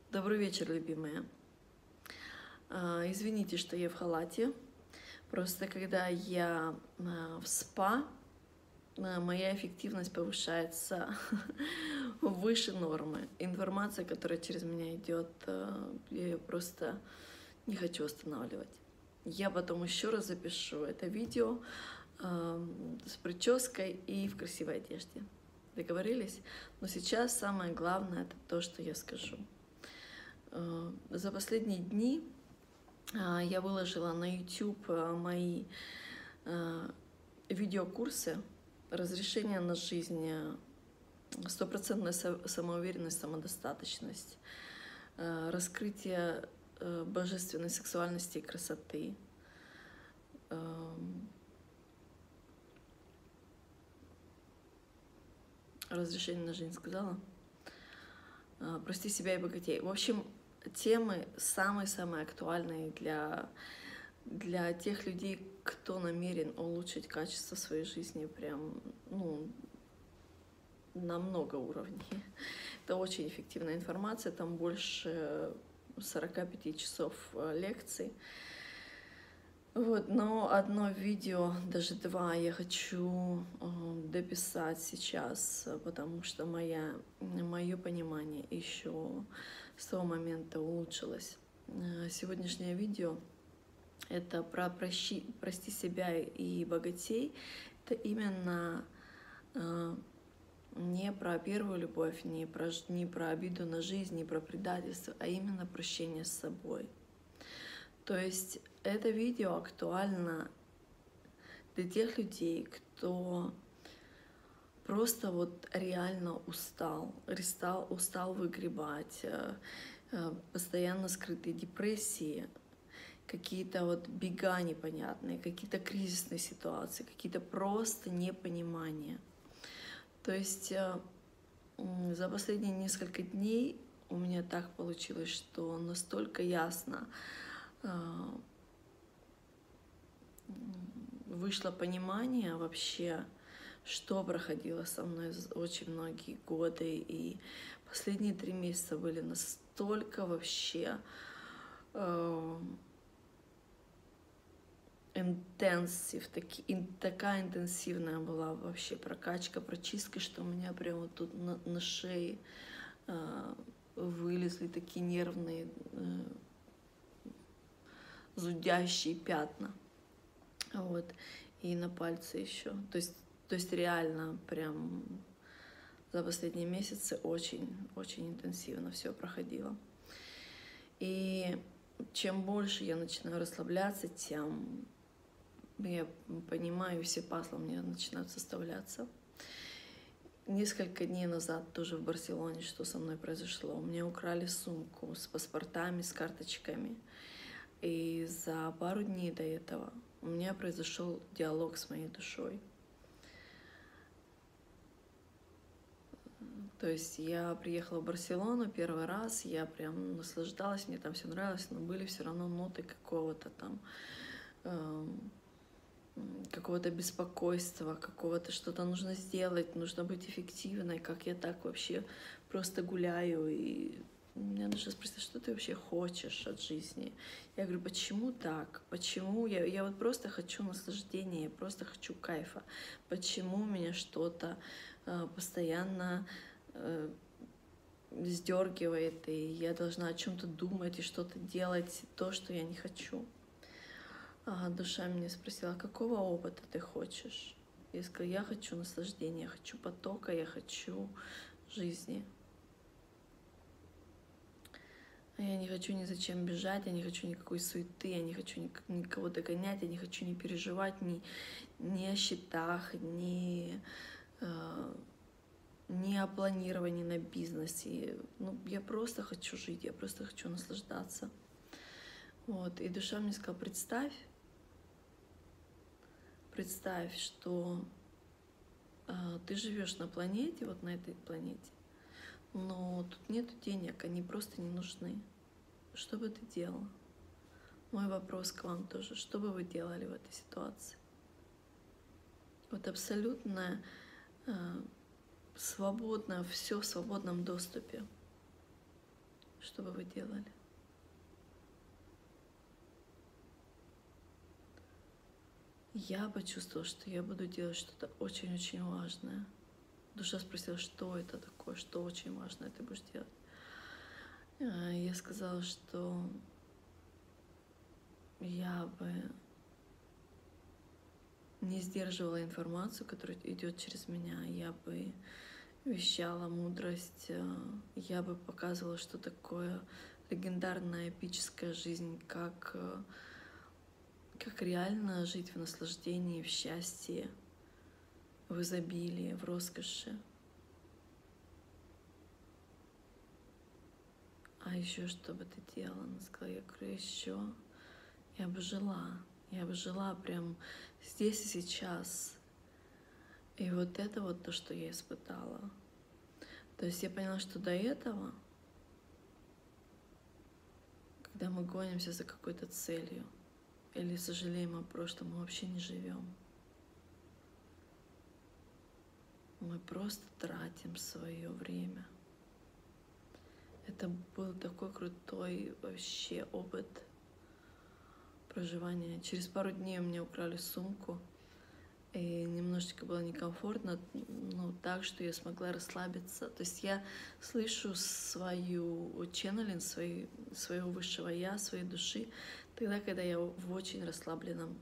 Добрый вечер, любимые. Извините, что я в халате. Просто когда я в спа, моя эффективность повышается выше нормы. Информация, которая через меня идет, я ее просто не хочу останавливать. Я потом еще раз запишу это видео с прической и в красивой одежде. Договорились? Но сейчас самое главное — это то, что я скажу. За последние дни я выложила на YouTube мои видеокурсы «Разрешение на жизнь», «Стопроцентная самоуверенность, самодостаточность», «Раскрытие божественной сексуальности и красоты», «Разрешение на жизнь» сказала? «Прости себя и богатей». В общем, темы самые-самые актуальные для тех людей, кто намерен улучшить качество своей жизни прям, на много уровней. Это очень эффективная информация, там больше 45 часов лекций. Вот, но одно видео, даже два, я хочу дописать сейчас, потому что мое понимание еще с того момента улучшилось. Сегодняшнее видео — это про прости себя и богатей. Это именно не про первую любовь, не про обиду на жизнь, не про предательство, а именно прощение с собой. То есть это видео актуально для тех людей, кто просто вот реально устал выгребать, постоянно скрытые депрессии, какие-то вот бега непонятные, какие-то кризисные ситуации, какие-то просто непонимания. То есть за последние несколько дней у меня так получилось, что настолько ясно вышло понимание вообще, что проходило со мной очень многие годы, и последние 3 месяца были настолько вообще такая интенсивная была вообще прокачка, прочистка, что у меня прямо вот тут на шее вылезли такие нервные зудящие пятна. Вот. И на пальце еще. То есть реально прям за последние месяцы очень интенсивно все проходило. И чем больше я начинаю расслабляться, тем я понимаю, все пазлы у меня начинают составляться. Несколько дней назад тоже в Барселоне что со мной произошло. У меня украли сумку с паспортами, с карточками. И за пару дней до этого у меня произошел диалог с моей душой. То есть я приехала в Барселону первый раз, я прям наслаждалась, мне там все нравилось, но были все равно ноты какого-то там, какого-то беспокойства, какого-то что-то нужно сделать, нужно быть эффективной, как я так вообще просто гуляю. И меня даже спросили, что ты вообще хочешь от жизни? Я говорю, почему так? Почему? Я вот просто хочу наслаждения, я просто хочу кайфа. Почему меня что-то постоянно сдергивает, и я должна о чем-то думать и что-то делать, то, что я не хочу? Душа меня спросила, какого опыта ты хочешь? Я сказала, я хочу наслаждения, я хочу потока, я хочу жизни. Я не хочу ни зачем бежать, я не хочу никакой суеты, я не хочу никого догонять, я не хочу не переживать ни о счетах, ни о планировании на бизнесе. Я просто хочу жить, я просто хочу наслаждаться. Вот. И душа мне сказала, представь, что ты живешь на планете, вот на этой планете, но тут нет денег, они просто не нужны. Что бы ты делала? Мой вопрос к вам тоже. Что бы вы делали в этой ситуации? Вот абсолютно свободно, все в свободном доступе. что бы вы делали? Я почувствовала, что я буду делать что-то очень-очень важное. Душа спросила, что это такое, что очень важное ты будешь делать. Я сказала, что я бы не сдерживала информацию, которая идет через меня. Я бы вещала мудрость, я бы показывала, что такое легендарная эпическая жизнь, как реально жить в наслаждении, в счастье, в изобилии, в роскоши. А еще что бы ты делала? Она сказала, я говорю, еще я бы жила прям здесь и сейчас. И вот это вот то, что я испытала. То есть я поняла, что до этого, когда мы гонимся за какой-то целью или сожалеем о прошлом, мы вообще не живем. Мы просто тратим свое время. Это был такой крутой вообще опыт проживания. Через пару дней у меня украли сумку, и немножечко было некомфортно, но так, что я смогла расслабиться. То есть я слышу свою ченнелинг, своего высшего я, своей души, тогда, когда я в очень расслабленном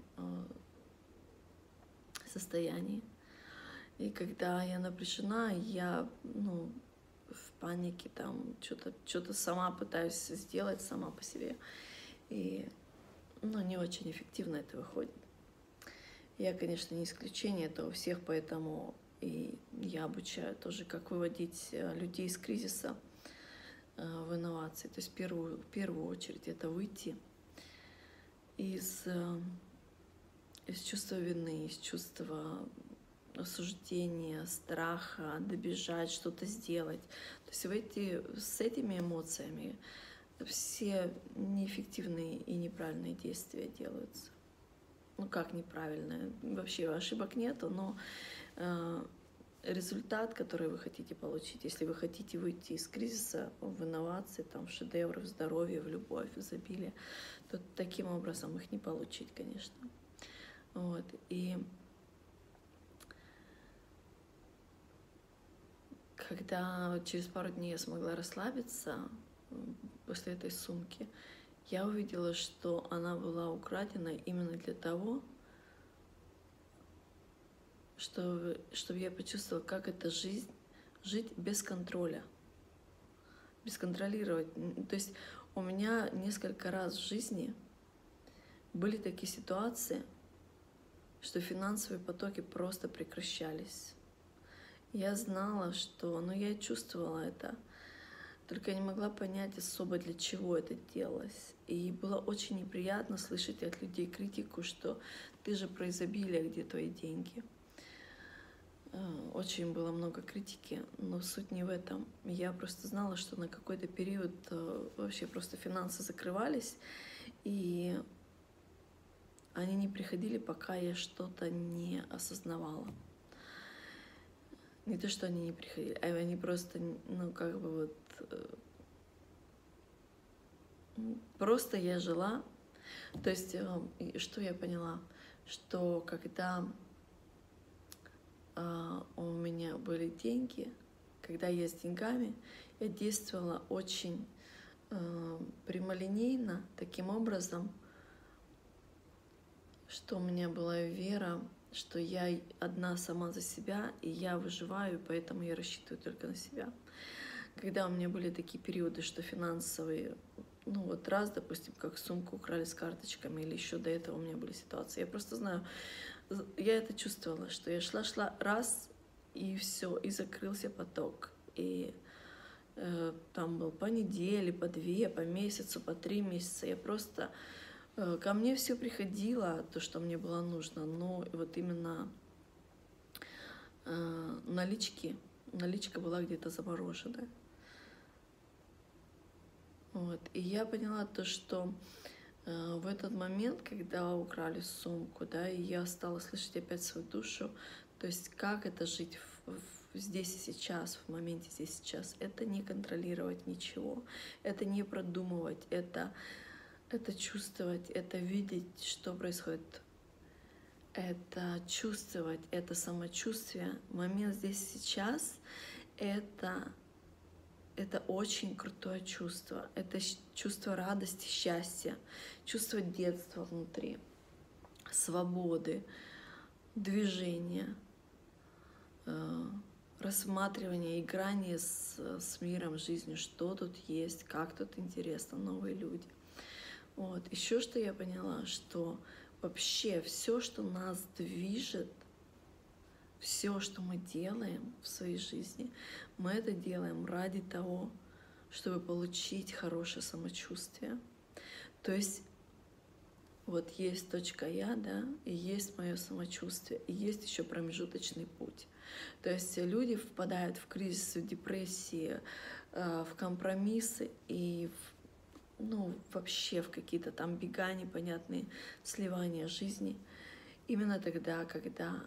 состоянии. И когда я напряжена, я, в панике там что-то сама пытаюсь сделать сама по себе. И, не очень эффективно это выходит. Я, конечно, не исключение, это у всех, поэтому и я обучаю тоже, как выводить людей из кризиса в инновации. То есть в первую очередь это выйти из чувства вины, из чувства осуждения, страха, добежать, что-то сделать. То есть выйти с этими эмоциями все неэффективные и неправильные действия делаются. Как неправильно? Вообще ошибок нету, но результат, который вы хотите получить, если вы хотите выйти из кризиса в инновации, там, в шедевры, в здоровье, в любовь, в изобилие, то таким образом их не получить, конечно. Вот. И когда через пару дней я смогла расслабиться после этой сумки, я увидела, что она была украдена именно для того, чтобы я почувствовала, как это жить без контроля, без контролировать. То есть у меня несколько раз в жизни были такие ситуации, что финансовые потоки просто прекращались. Я знала, что, я чувствовала это, только я не могла понять особо, для чего это делалось. И было очень неприятно слышать от людей критику, что ты же про изобилие, где твои деньги. Очень было много критики, но суть не в этом. Я просто знала, что на какой-то период вообще просто финансы закрывались, и они не приходили, пока я что-то не осознавала. Не то, что они не приходили, а они просто, просто я жила. То есть, что я поняла? Что когда у меня были деньги, когда я с деньгами, я действовала очень прямолинейно, таким образом, что у меня была вера, что я одна сама за себя, и я выживаю, поэтому я рассчитываю только на себя. Когда у меня были такие периоды, что финансовые, раз, допустим, как сумку украли с карточками, или еще до этого у меня были ситуации, я просто знаю, я это чувствовала, что я шла раз, и все, и закрылся поток. И там был по неделе, по 2, по месяцу, по 3 месяца. Я просто... Ко мне все приходило, то, что мне было нужно, но вот именно наличка была где-то замороженная. Вот. И я поняла то, что в этот момент, когда украли сумку, да, и я стала слышать опять свою душу, то есть как это жить здесь и сейчас, в моменте здесь и сейчас. Это не контролировать ничего, это не продумывать, это чувствовать, это видеть, что происходит. Это чувствовать, это самочувствие. Момент здесь и сейчас — это очень крутое чувство. Это чувство радости, счастья, чувство детства внутри, свободы, движения, рассматривания, играния с миром, жизнью, что тут есть, как тут интересно, новые люди. Вот. Еще что я поняла, что вообще все, что нас движет, все, что мы делаем в своей жизни, мы это делаем ради того, чтобы получить хорошее самочувствие. То есть вот есть точка «я», да, и есть мое самочувствие, и есть еще промежуточный путь. То есть люди впадают в кризис, в депрессии, в компромиссы и вообще в какие-то там бега непонятные, сливания жизни. Именно тогда, когда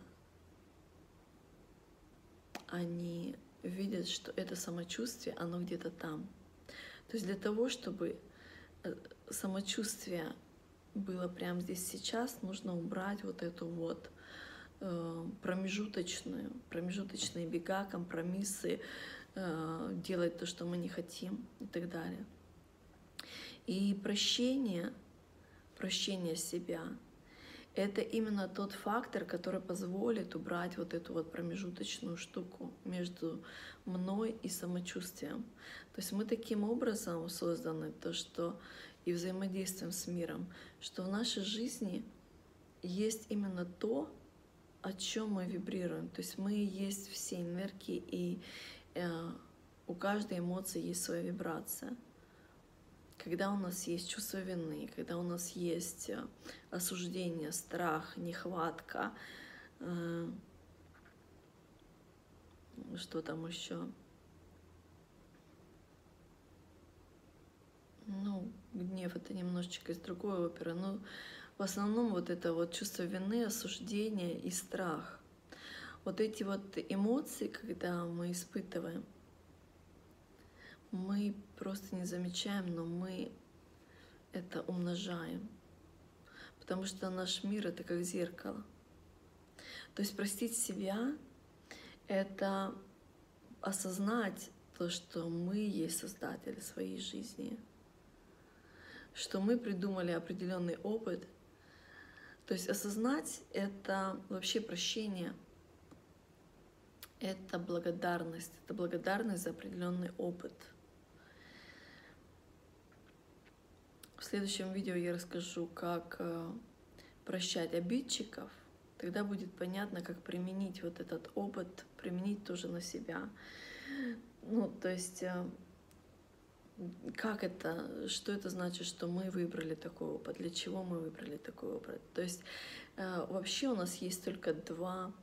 они видят, что это самочувствие, оно где-то там. То есть для того, чтобы самочувствие было прямо здесь сейчас, нужно убрать вот эту вот промежуточные бега, компромиссы, делать то, что мы не хотим и так далее. И прощение себя — это именно тот фактор, который позволит убрать вот эту вот промежуточную штуку между мной и самочувствием. То есть мы таким образом созданы, то что и взаимодействуем с миром, что в нашей жизни есть именно то, о чем мы вибрируем. То есть мы есть все энергии, и у каждой эмоции есть своя вибрация. Когда у нас есть чувство вины, когда у нас есть осуждение, страх, нехватка, что там еще? Гнев — это немножечко из другой оперы, но в основном вот это вот чувство вины, осуждения и страх. Вот эти вот эмоции, когда мы испытываем, мы просто не замечаем, но мы это умножаем. Потому что наш мир — это как зеркало. То есть простить себя — это осознать то, что мы есть создатели своей жизни, что мы придумали определенный опыт. То есть осознать — это вообще прощение, это благодарность за определенный опыт. В следующем видео я расскажу, как прощать обидчиков. Тогда будет понятно, как применить вот этот опыт, применить тоже на себя. То есть, как это, что это значит, что мы выбрали такой опыт, для чего мы выбрали такой опыт. То есть, вообще у нас есть только два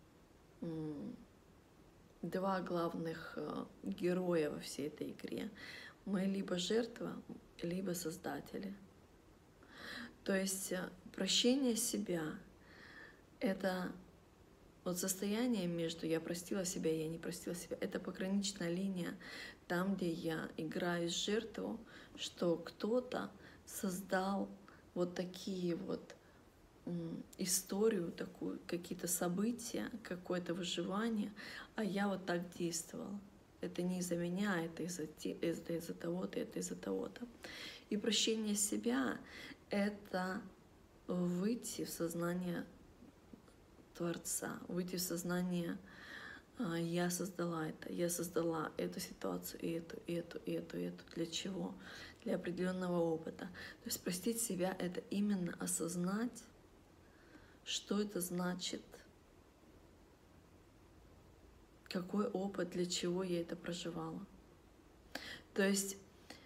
главных героя во всей этой игре. Мы либо жертва, либо создатели. То есть прощение себя — это вот состояние между «я простила себя» и «я не простила себя». Это пограничная линия, там, где я играю с жертву, что кто-то создал вот такие вот историю такую, какие-то события, какое-то выживание, а я вот так действовала. Это не из-за меня, это из-за того-то, это из-за того-то. И прощение себя — это выйти в сознание Творца, выйти в сознание «я создала эту ситуацию, и эту. Для чего? Для определенного опыта». То есть простить себя — это именно осознать, что это значит, какой опыт, для чего я это проживала. То есть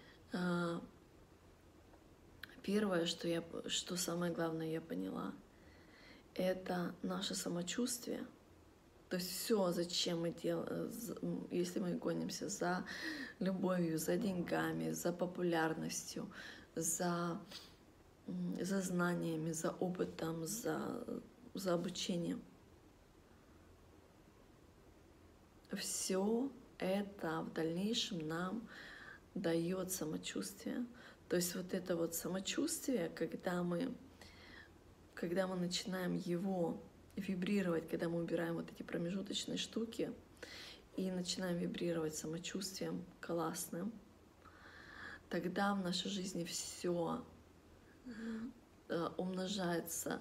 первое, что самое главное я поняла, это наше самочувствие. То есть все, зачем мы делаем, если мы гонимся за любовью, за деньгами, за популярностью, за знаниями, за опытом, за обучением. все это в дальнейшем нам дает самочувствие. То есть вот это вот самочувствие, когда мы начинаем его вибрировать, когда мы убираем вот эти промежуточные штуки и начинаем вибрировать самочувствием классным, тогда в нашей жизни все умножается,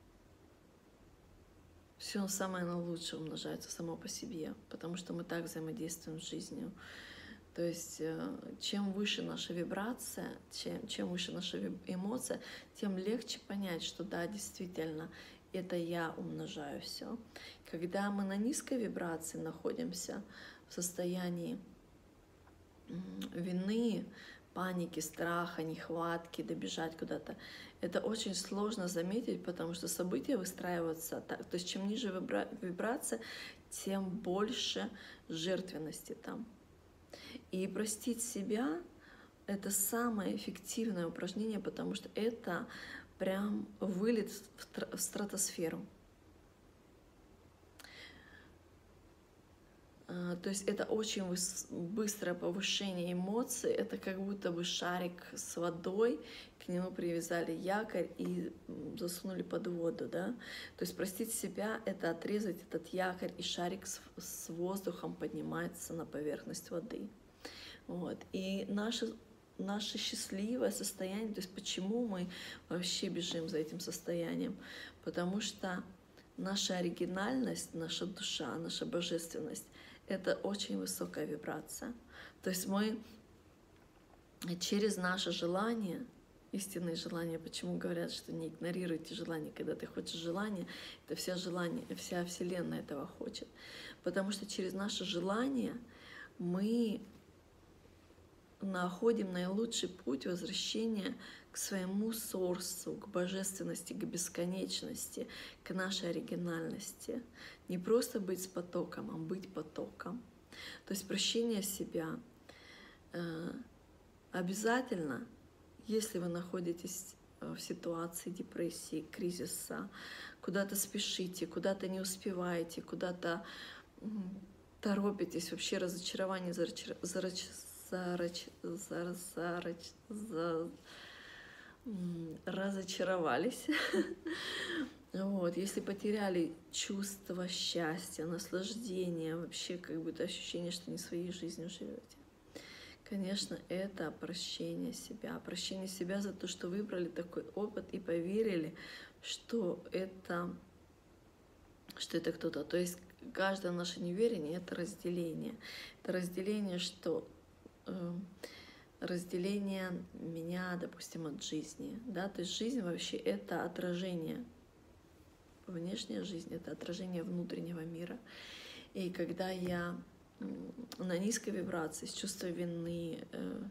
все самое наилучшее умножается само по себе, потому что мы так взаимодействуем с жизнью. То есть чем выше наша вибрация, чем выше наша эмоция, тем легче понять, что да, действительно, это я умножаю все. Когда мы на низкой вибрации находимся, в состоянии вины, паники, страха, нехватки, добежать куда-то, это очень сложно заметить, потому что события выстраиваются так. То есть чем ниже вибрация, тем больше жертвенности там. И простить себя — это самое эффективное упражнение, потому что это прям вылет в стратосферу. То есть это очень быстрое повышение эмоций, это как будто бы шарик с водой, к нему привязали якорь и засунули под воду, да? То есть простить себя — это отрезать этот якорь, и шарик с воздухом поднимается на поверхность воды. Вот. И наше счастливое состояние, то есть почему мы вообще бежим за этим состоянием? Потому что наша оригинальность, наша душа, наша божественность — это очень высокая вибрация. То есть мы через наше желание, истинные желания, почему говорят, что не игнорируйте желания, когда ты хочешь желания, это вся Вселенная этого хочет. Потому что через наше желание мы находим наилучший путь возвращения к своему сорсу, к божественности, к бесконечности, к нашей оригинальности. Не просто быть с потоком, а быть потоком. То есть прощение себя обязательно, если вы находитесь в ситуации депрессии, кризиса, куда-то спешите, куда-то не успеваете, куда-то торопитесь, вообще разочарование разочаровались. Вот, если потеряли чувство счастья, наслаждения, вообще как будто ощущение, что не своей жизнью живете. Конечно, это прощение себя за то, что выбрали такой опыт и поверили, что это кто-то. То есть каждое наше неверие — это разделение. Это разделение, что разделение меня, допустим, от жизни. Да? То есть жизнь вообще — это отражение. Внешняя жизнь — это отражение внутреннего мира. И когда я на низкой вибрации, с чувством вины,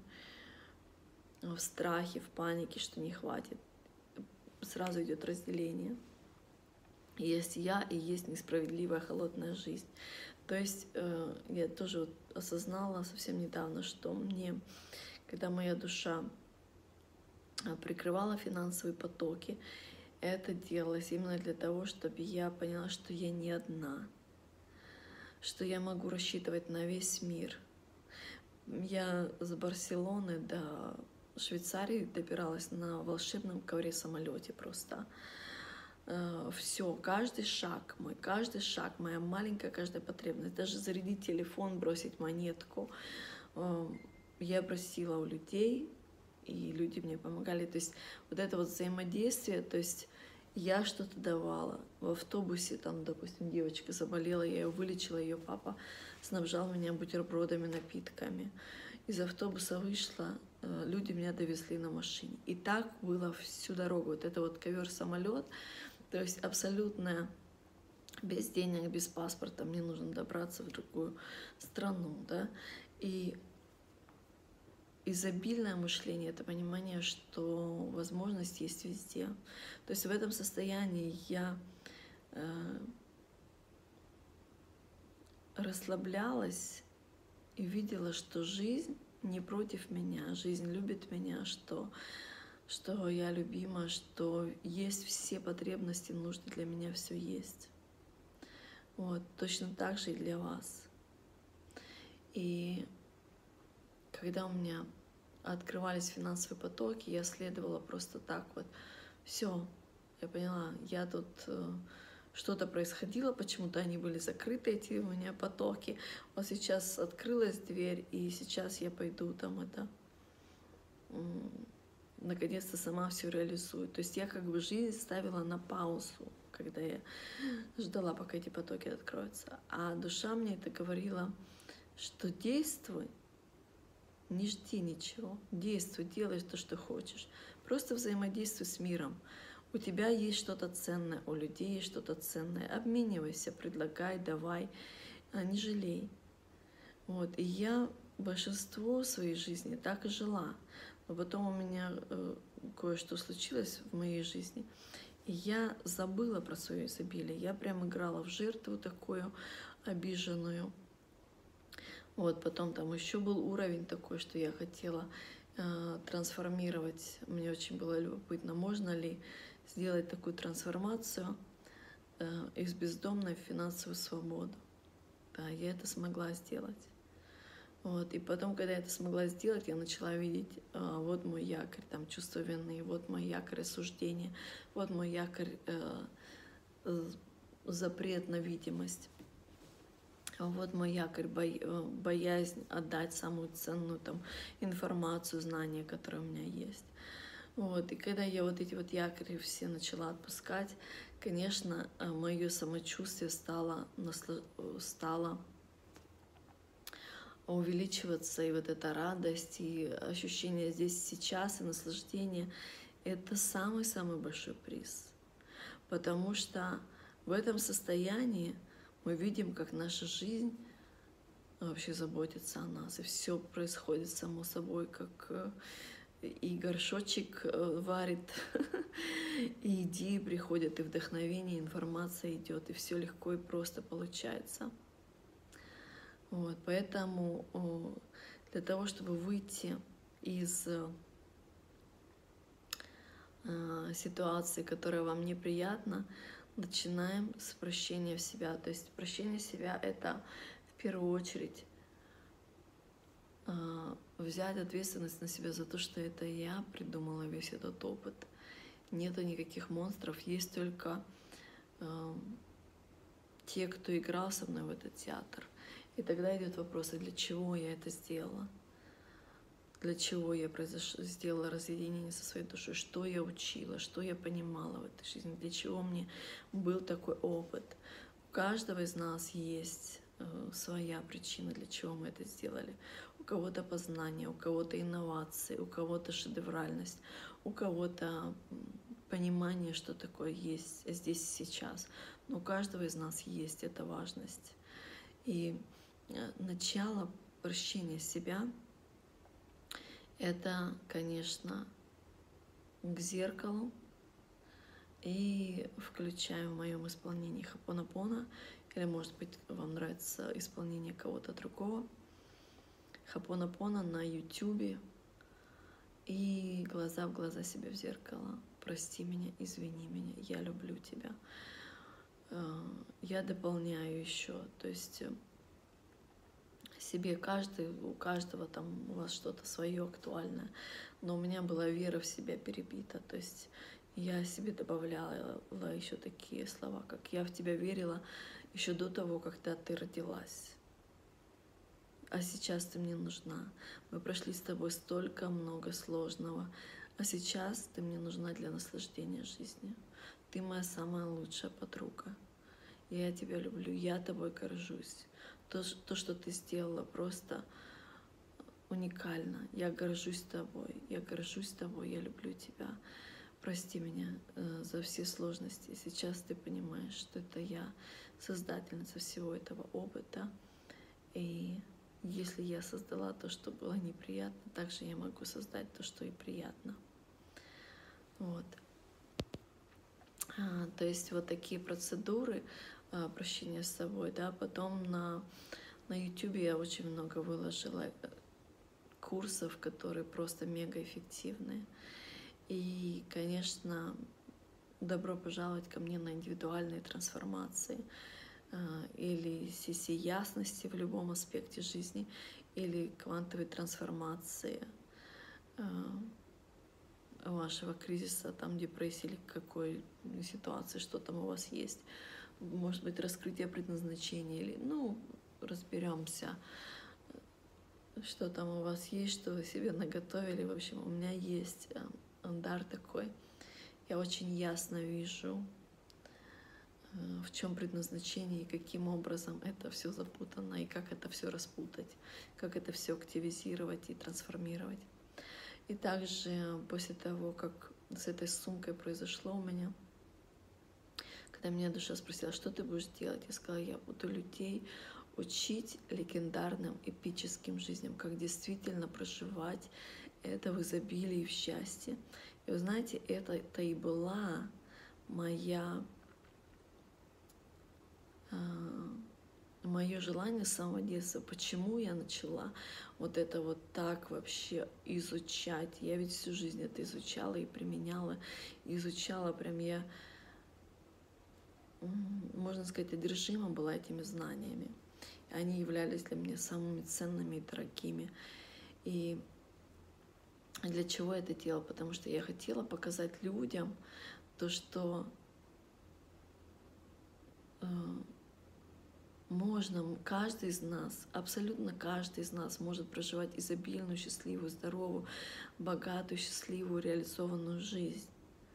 в страхе, в панике, что не хватит, сразу идет разделение. Есть я и есть несправедливая холодная жизнь. То есть я тоже вот осознала совсем недавно, что мне, когда моя душа прикрывала финансовые потоки, это делалось именно для того, чтобы я поняла, что я не одна, что я могу рассчитывать на весь мир. Я с Барселоны до Швейцарии добиралась на волшебном ковре-самолете просто. Все, каждый шаг, моя маленькая каждая потребность, даже зарядить телефон, бросить монетку. Я просила у людей, и люди мне помогали. То есть вот это вот взаимодействие, то есть я что-то давала. В автобусе, там, допустим, девочка заболела, я ее вылечила, ее папа снабжал меня бутербродами, напитками. Из автобуса вышла, люди меня довезли на машине. И так было всю дорогу. Вот это вот ковер-самолет, то есть абсолютно без денег, без паспорта мне нужно добраться в другую страну, да, и изобильное мышление — это понимание, что возможность есть везде. То есть в этом состоянии я расслаблялась и видела, что жизнь не против меня, жизнь любит меня, что я любима, что есть все потребности, нужды для меня, все есть. Вот, точно так же и для вас. И когда у меня открывались финансовые потоки, я следовала просто так вот. Все, я поняла, я тут что-то происходило, почему-то они были закрыты, эти у меня потоки. Вот сейчас открылась дверь, и сейчас я пойду там это наконец-то сама все реализую. То есть я как бы жизнь ставила на паузу, когда я ждала, пока эти потоки откроются. А душа мне это говорила, что действуй, не жди ничего, действуй, делай то, что хочешь. Просто взаимодействуй с миром. У тебя есть что-то ценное, у людей есть что-то ценное. Обменивайся, предлагай, давай, не жалей. Вот. И я большинство своей жизни так и жила. Но потом у меня кое-что случилось в моей жизни, и я забыла про свое изобилие. Я прям играла в жертву такую обиженную. Вот, потом там еще был уровень такой, что я хотела трансформировать. Мне очень было любопытно, можно ли сделать такую трансформацию из бездомной в финансовую свободу. Да, я это смогла сделать. Вот. И потом, когда я это смогла сделать, я начала видеть, вот мой якорь, там, чувство вины, вот мой якорь осуждения, вот мой якорь запрет на видимость. Вот мой якорь, боязнь отдать самую ценную там информацию, знания, которые у меня есть. Вот. И когда я вот эти вот якори все начала отпускать, конечно, мое самочувствие стало увеличиваться, и вот эта радость, и ощущение здесь сейчас, и наслаждение — это самый-самый большой приз. Потому что в этом состоянии мы видим, как наша жизнь вообще заботится о нас, и все происходит само собой, как и горшочек варит, и идеи приходят, и вдохновение, информация идет, и все легко и просто получается. Вот, поэтому для того, чтобы выйти из ситуации, которая вам неприятна, начинаем с прощения в себя. То есть прощение себя — это в первую очередь взять ответственность на себя за то, что это я придумала весь этот опыт. Нету никаких монстров, есть только те, кто играл со мной в этот театр. И тогда идет вопрос, а для чего я это сделала? Для чего я сделала разъединение со своей душой? Что я учила? Что я понимала в этой жизни? Для чего мне был такой опыт? У каждого из нас есть своя причина, для чего мы это сделали. У кого-то познание, у кого-то инновации, у кого-то шедевральность, у кого-то понимание, что такое есть здесь и сейчас. Но у каждого из нас есть эта важность. И начало прощения себя — это, конечно, к зеркалу, и включаем в моем исполнении Хопонопона, или, может быть, вам нравится исполнение кого-то другого. Хопонопона на YouTube, и глаза в глаза себе в зеркало. Прости меня, извини меня, я люблю тебя. Я дополняю еще, то есть себе у каждого там у вас что-то свое актуальное, но у меня была вера в себя перебита, то есть я себе добавляла еще такие слова, как я в тебя верила еще до того, когда ты родилась, а сейчас ты мне нужна, мы прошли с тобой столько много сложного, а сейчас ты мне нужна для наслаждения жизнью, ты моя самая лучшая подруга, я тебя люблю, я тобой горжусь. То, что ты сделала, просто уникально. Я горжусь тобой, я люблю тебя. Прости меня за все сложности. Сейчас ты понимаешь, что это я, создательница всего этого опыта. И если я создала то, что было неприятно, также я могу создать то, что и приятно. Вот. То есть вот такие процедуры прощения с собой, да. Потом на YouTube я очень много выложила курсов, которые просто мега эффективные. И, конечно, добро пожаловать ко мне на индивидуальные трансформации. или сессии ясности в любом аспекте жизни, или квантовой трансформации вашего кризиса, там депрессии или какой ситуации, что там у вас есть. Может быть, раскрытие предназначения, или, ну, разберемся, что там у вас есть, что вы себе наготовили. В общем, у меня есть дар такой. Я очень ясно вижу, в чем предназначение и каким образом это все запутано, и как это все распутать, как это все активизировать и трансформировать. И также после того, как с этой сумкой произошло у меня, когда меня душа спросила, что ты будешь делать, я сказала, я буду людей учить легендарным, эпическим жизням, как действительно проживать это в изобилии и в счастье. И вы знаете, это и была мое желание с самого детства. Почему я начала вот это вот так вообще изучать? Я ведь всю жизнь это изучала и применяла, изучала прям я, можно сказать, одержима была этими знаниями. Они являлись для меня самыми ценными и дорогими. И для чего я это делала? Потому что я хотела показать людям то, что можно, каждый из нас, абсолютно каждый из нас может проживать изобильную, счастливую, здоровую, богатую, счастливую, реализованную жизнь.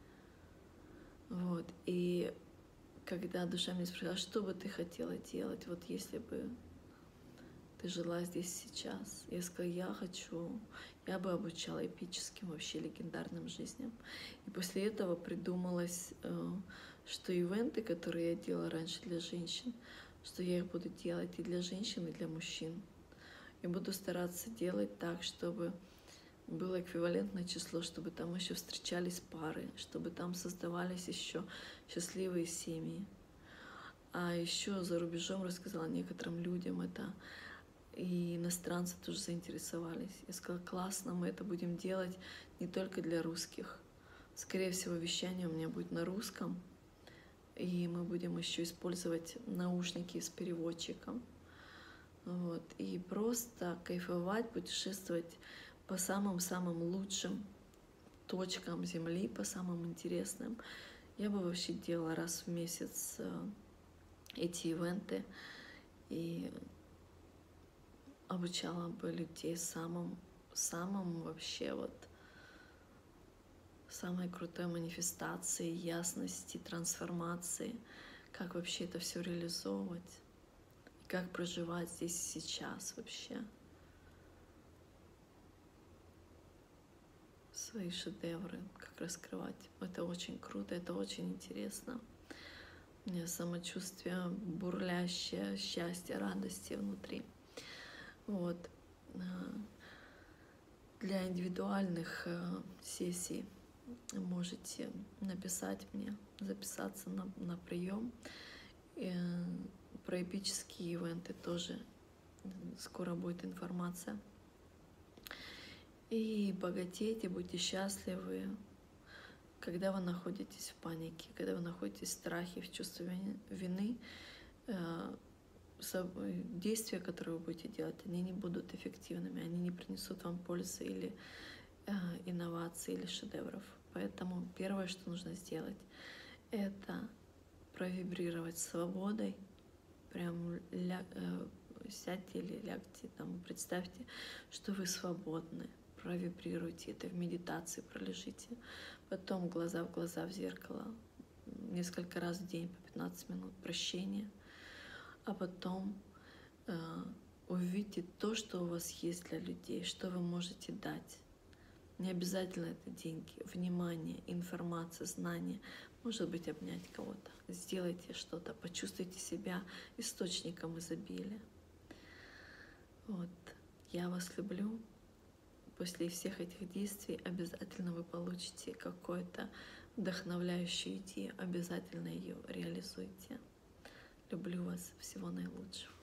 Вот. И когда душа меня спросила, что бы ты хотела делать, вот если бы ты жила здесь сейчас, я сказала, я бы обучала эпическим, вообще легендарным жизням. И после этого придумалось, что ивенты, которые я делала раньше для женщин, что я их буду делать и для женщин, и для мужчин. И буду стараться делать так, чтобы было эквивалентное число, чтобы там еще встречались пары, чтобы там создавались еще счастливые семьи. А еще за рубежом рассказала некоторым людям это, и иностранцы тоже заинтересовались. Я сказала, классно, мы это будем делать не только для русских. Скорее всего, вещание у меня будет на русском, и мы будем еще использовать наушники с переводчиком. Вот. И просто кайфовать, путешествовать по самым-самым лучшим точкам Земли, по самым интересным. Я бы вообще делала раз в месяц эти ивенты и обучала бы людей самым вообще вот самой крутой манифестации, ясности, трансформации, как вообще это все реализовывать, и как проживать здесь и сейчас вообще свои шедевры, как раскрывать. Это очень круто, это очень интересно. У меня самочувствие бурлящее, счастье, радости внутри. Вот. Для индивидуальных сессий можете написать мне, записаться на прием. Про эпические ивенты тоже скоро будет информация. И богатейте, будьте счастливы, когда вы находитесь в панике, когда вы находитесь в страхе, в чувстве вины. Действия, которые вы будете делать, они не будут эффективными, они не принесут вам пользы или инноваций или шедевров. Поэтому первое, что нужно сделать, это провибрировать свободой. Прям сядьте или лягте, там, представьте, что вы свободны. Провибрируйте это в медитации, пролежите. Потом глаза в глаза в зеркало несколько раз в день по 15 минут прощения. А потом увидите то, что у вас есть для людей, что вы можете дать. Не обязательно это деньги, внимание, информация, знания. Может быть, обнять кого-то. Сделайте что-то, почувствуйте себя источником изобилия. Вот. Я вас люблю. После всех этих действий обязательно вы получите какую-то вдохновляющую идею. Обязательно ее реализуйте. Люблю вас. Всего наилучшего.